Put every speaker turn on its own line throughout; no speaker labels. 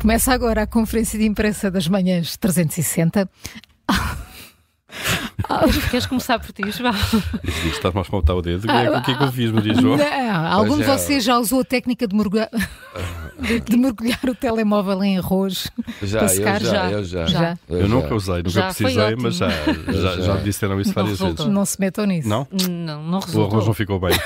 Começa agora a conferência de imprensa das manhãs 360.
Queres começar por ti, João?
Estás-me a espantar o dedo. O que é que eu fiz, Maria João?
Algum de vocês já usou a técnica de mergulhar o telemóvel em arroz?
Já, eu já.
Eu nunca usei, nunca precisei, mas já me disseram isso várias vezes.
Não se metam nisso.
Não?
Não resultou.
O arroz não ficou bem.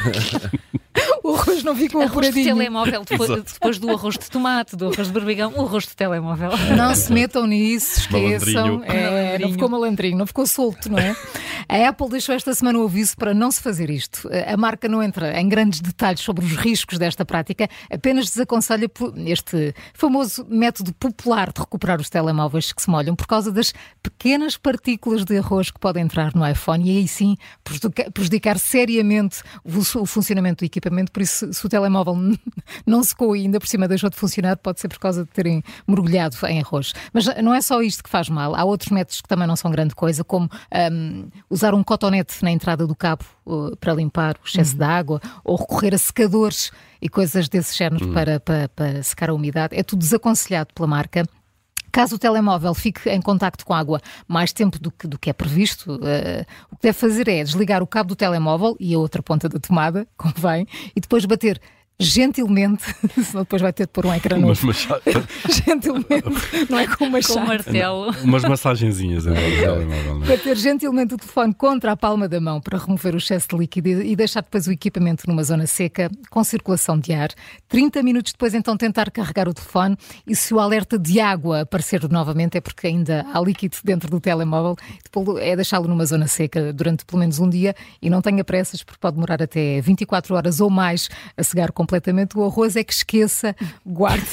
O arroz não ficou
arroz
apuradinho.
de telemóvel, depois do arroz de tomate, do arroz de berbigão, o arroz de telemóvel.
Não se metam nisso, esqueçam.
Malandrinho.
Não ficou malandrinho, não ficou solto, não é? A Apple deixou esta semana o aviso para não se fazer isto. A marca não entra em grandes detalhes sobre os riscos desta prática, apenas desaconselha este famoso método popular de recuperar os telemóveis que se molham por causa das pequenas partículas de arroz que podem entrar no iPhone e aí sim prejudicar seriamente o funcionamento do equipamento. Por isso, se o telemóvel não secou e ainda por cima deixou de funcionar, pode ser por causa de terem mergulhado em arroz. Mas não é só isto que faz mal. Há outros métodos que também não são grande coisa, como usar um cotonete na entrada do cabo para limpar o excesso de água, ou recorrer a secadores e coisas desse género para secar a umidade. É tudo desaconselhado pela marca. Caso o telemóvel fique em contacto com a água mais tempo do que é previsto, o que deve fazer é desligar o cabo do telemóvel e a outra ponta da tomada, convém, e depois bater gentilmente, senão depois vai ter de pôr um ecrã novo. Gentilmente, não é com uma chave.
Com um martelo.
Umas massagenzinhas.
Bater gentilmente o telefone contra a palma da mão para remover o excesso de líquido e deixar depois o equipamento numa zona seca, com circulação de ar. 30 minutos depois, então, tentar carregar o telefone e se o alerta de água aparecer novamente é porque ainda há líquido dentro do telemóvel. É deixá-lo numa zona seca durante pelo menos um dia e não tenha pressas porque pode demorar até 24 horas ou mais a secar completamente. O arroz é que esqueça, guarde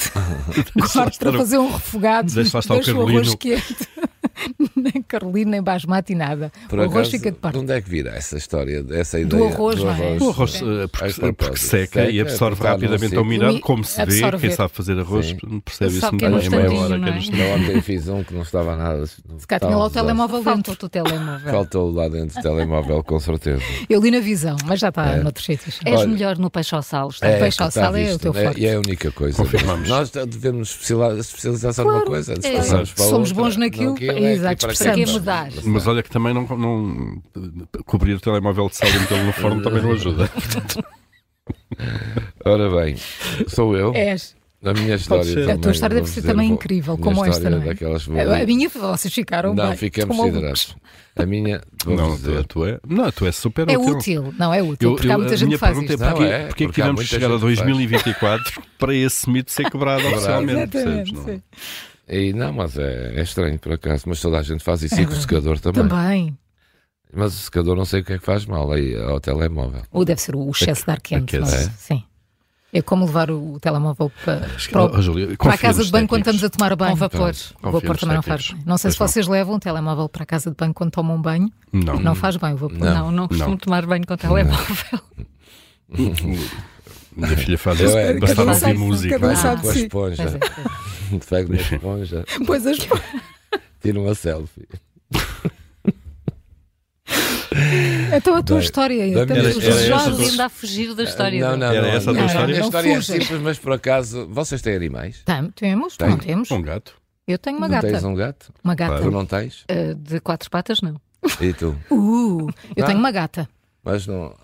para fazer um refogado, deixe o arroz quente. Nem Carolina, nem basmati, nada.
Por
o arroz
acaso,
fica de parte.
De onde é que vira essa história, essa ideia?
Do arroz, não é?
O arroz porque seca e absorve rapidamente a umidade, como se vê. Quem sabe fazer arroz percebe isso em meia hora.
Ontem fiz um que não estava nada.
Se cá tinha lá o telemóvel dentro.
Faltou lá dentro do telemóvel, com certeza.
Eu li na visão, mas já está noutros sítios.
És melhor no peixe ao sal.
Peixe ao sal é o teu forte.
E é a única coisa.
Confirmamos.
Nós devemos especializar-se em alguma coisa.
Somos bons naquilo. Exato,
mas olha que também não cobrir o telemóvel de sal e metê-lo no forno também não ajuda.
Ora bem, sou eu.
És.
A minha história.
A tua história deve ser também incrível, como esta, não é? A minha, vocês ficaram bem.
Não, ficamos siderados. A minha.
A tua é super útil.
É útil, não é útil, porque há muita gente que faz isto.
A minha pergunta é porque é que tivemos que chegar a 2024 para esse mito ser quebrado oficialmente, percebes?
E não, mas é estranho por acaso, mas toda a gente faz isso e com o secador também. Mas o secador não sei o que é que faz mal aí ao telemóvel.
Ou deve ser o excesso de ar quente. Sim. É como levar o telemóvel para a casa de banho quando estamos a tomar banho. Com vapor. O vapor também não faz bem. Não sei se vocês levam o telemóvel para a casa de banho quando tomam banho. Não faz bem o vapor.
Não costumo tomar banho com o telemóvel.
Minha filha faz isso bastante ouvir música.
Com a esponja. Pega uma esponja.
Pois a esponja.
Tira uma selfie.
Então a tua história.
Jorge ainda a fugir da história.
Não.
Era essa a tua história?
A história é simples, mas por acaso, vocês têm animais?
Temos, não temos.
Um gato.
Eu tenho uma gata.
Tens um gato?
Uma gata.
Tu não tens?
De 4 patas, não.
E tu?
Eu tenho uma gata.
Mas não.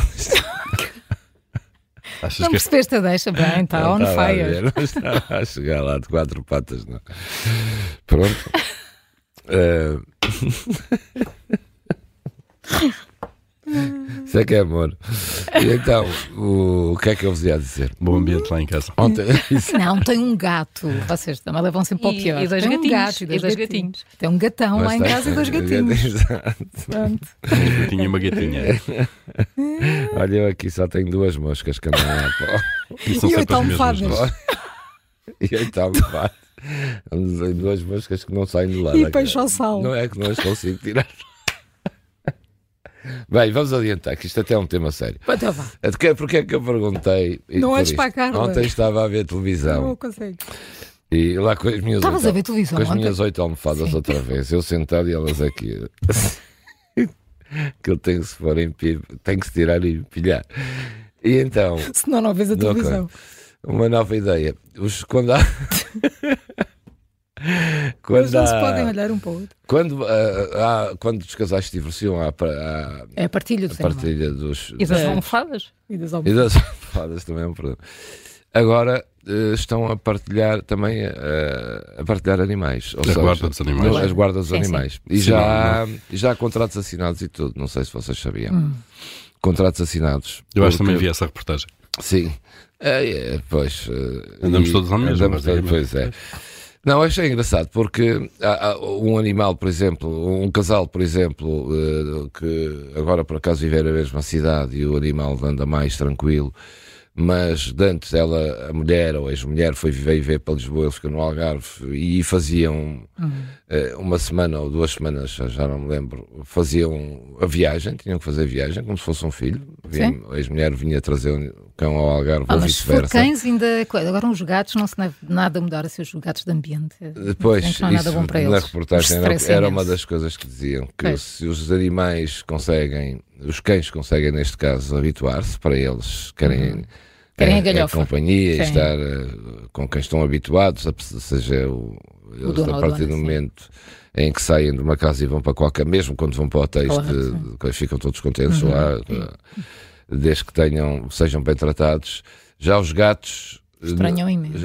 Não percebeste a deixa? Bem, está on fire.
Não estava a chegar lá de 4 patas, não. Pronto. Isso é que é amor. E então, o que é que eu vos ia dizer?
Bom ambiente lá em casa.
Não, tem um gato. Vocês também levam sempre ao pior.
E 2 gatinhos. E 2 gatinhos.
Tem um gatão lá em casa e 2 gatinhos.
Pronto.
Um gatinho e uma gatinha.
Olha, eu aqui só tenho 2 moscas que andam lá.
E 8 almofadas.
E 8 almofadas. 2 moscas que não saem de lá.
E peixe ao sal.
Não é que não as consigo tirar. Bem, vamos adiantar, que isto até é um tema sério. Porque é que eu perguntei?
Não és para a Carla.
Ontem estava a ver televisão.
Não consigo.
E lá com as minhas
Estavas a ver televisão
com as minhas 8 almofadas. Sim. Outra vez. Eu sentado e elas aqui. Que eu tenho que se for tem que se tirar e empilhar. E então.
Senão não vês a televisão.
uma nova ideia. Quando há...
Eles não se podem olhar um para o outro.
Quando os casais se divorciam,
é a partilha
dos...
E das almofadas.
E das almofadas também é um problema. Agora estão a partilhar também a partilhar animais. Ou seja,
guarda dos animais.
As guardas dos animais.
Sim.
E já há contratos assinados e tudo. Não sei se vocês sabiam. Contratos assinados.
Eu acho que também vi essa reportagem.
Sim. Pois.
Andamos todos ao mesmo.
Pois é. Não, achei engraçado porque há um animal, por exemplo, um casal, por exemplo, que agora por acaso viver na mesma cidade e o animal anda mais tranquilo, mas de antes a mulher ou a ex-mulher veio viver para Lisboa, ele ficou no Algarve e faziam uma semana ou 2 semanas, já não me lembro, faziam a viagem, tinham que fazer a viagem como se fosse um filho. A ex-mulher vinha trazer o cão ao Algarve ou vice-versa.
Mas cães ainda... Agora os gatos não se deve nada mudar a ser os gatos de ambiente.
Depois,
não é nada bom para eles.
Na reportagem era uma das coisas que diziam, que se os animais conseguem, os cães conseguem neste caso habituar-se, para eles querem a companhia e estar com quem estão habituados, seja eles a partir do momento em que saem de uma casa e vão para qualquer, mesmo quando vão para hotéis, ficam todos contentes lá, desde que sejam bem tratados. Já os gatos
estranham imenso.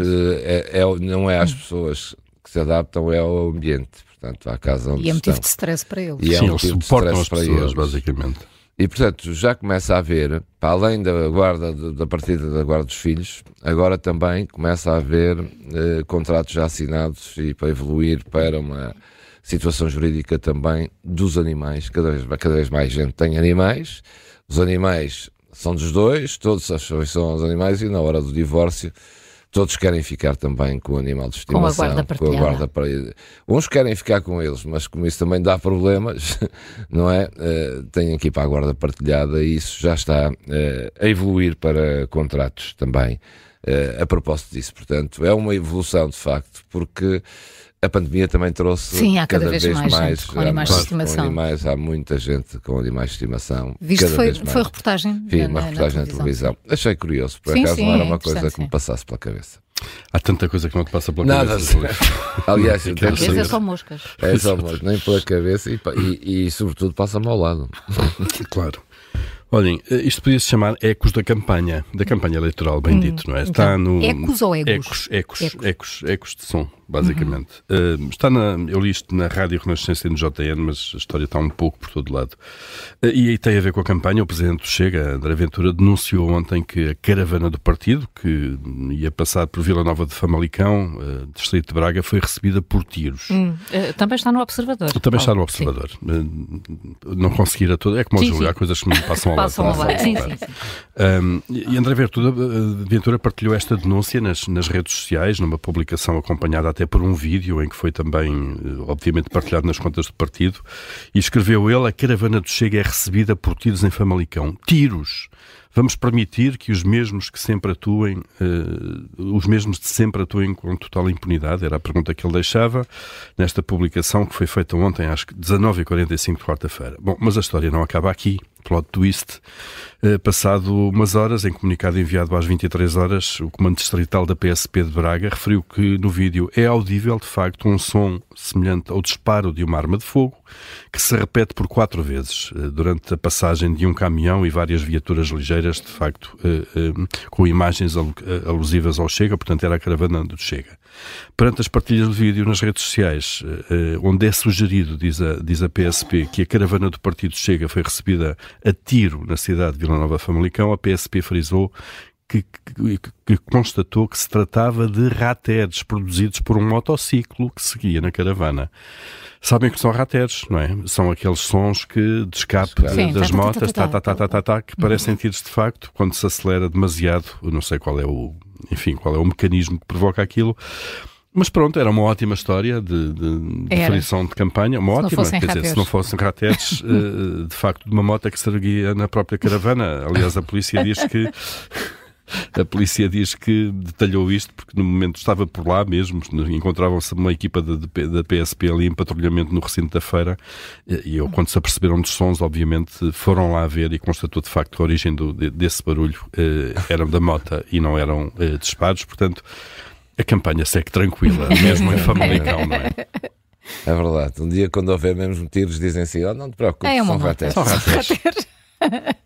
Não é às pessoas que se adaptam, é ao ambiente, portanto, à casa onde estão.
E é motivo de stress para eles.
Sim, eles suportam as pessoas, basicamente.
E, portanto, já começa a haver, para além da guarda, da partida da guarda dos filhos, agora também começa a haver contratos já assinados e para evoluir para uma situação jurídica também dos animais. Cada vez mais gente tem animais, os animais são dos dois, todos são os animais e na hora do divórcio todos querem ficar também com o animal de estimação, com a guarda partilhada. Uns querem ficar com eles, mas como isso também dá problemas, não é? Têm que ir para a guarda partilhada e isso já está a evoluir para contratos também, a propósito disso. Portanto, é uma evolução de facto, porque a pandemia também trouxe
cada vez mais gente com animais de estimação.
Há muita gente com animais de estimação.
Foi reportagem?
Uma reportagem na televisão. Achei curioso, por acaso não era uma coisa que me passasse pela cabeça.
Há tanta coisa que não te passa pela cabeça.
Aliás,
é só moscas.
É só moscas, nem pela cabeça e sobretudo passa-me ao lado.
Claro. Olhem, isto podia-se chamar ecos da campanha eleitoral, bem dito, não é? Está no...
Ecos ou egos?
Ecos de som, basicamente. Eu li isto na Rádio Renascença e no JN, mas a história está um pouco por todo lado. E aí tem a ver com a campanha. O Presidente do Chega, André Ventura, denunciou ontem que a caravana do partido, que ia passar por Vila Nova de Famalicão, distrito de Braga, foi recebida por tiros.
Também está no Observador.
Também está no Observador. Não conseguir a toda... É como ao Júlio, há coisas que me passam ao lado.
Sim.
E André Ventura partilhou esta denúncia nas redes sociais, numa publicação acompanhada até por um vídeo em que foi também, obviamente, partilhado nas contas do partido, e escreveu ele: a caravana do Chega é recebida por tiros em Famalicão. Tiros! Vamos permitir que os mesmos de sempre atuem com total impunidade? Era a pergunta que ele deixava nesta publicação que foi feita ontem às 19h45 de quarta-feira. Bom, mas a história não acaba aqui. Plot twist. Passado umas horas, em comunicado enviado às 23 horas, o Comando Distrital da PSP de Braga referiu que no vídeo é audível, de facto, um som semelhante ao disparo de uma arma de fogo, que se repete por 4 vezes, durante a passagem de um caminhão e várias viaturas ligeiras, de facto, com imagens alusivas ao Chega, portanto era a caravana do Chega. Perante as partilhas do vídeo nas redes sociais, onde é sugerido, diz a PSP, que a caravana do Partido Chega foi recebida a tiro na cidade de Vila Nova de Famalicão, a PSP frisou que constatou que se tratava de rateres produzidos por um motociclo que seguia na caravana. Sabem que são rateres, não é? São aqueles sons de escape das motas, que parecem tiros de facto, quando se acelera demasiado. Eu não sei qual é o mecanismo que provoca aquilo. Mas pronto, era uma ótima história de definição de campanha. Uma ótima, quer dizer, se não fossem rateres, de facto, de uma moto que se erguia na própria caravana. Aliás, a polícia diz que A polícia diz que detalhou isto porque no momento estava por lá mesmo, encontravam-se uma equipa da PSP ali em patrulhamento no recinto da feira e quando se aperceberam dos sons, obviamente, foram lá ver e constatou de facto que a origem desse barulho eram da mota e não eram disparos, portanto a campanha segue tranquila, mesmo em Famalicão, não é?
É verdade. Um dia, quando houver mesmo tiros, dizem assim: não te preocupes,
É uma
são
nota.
rateros.
São rateros.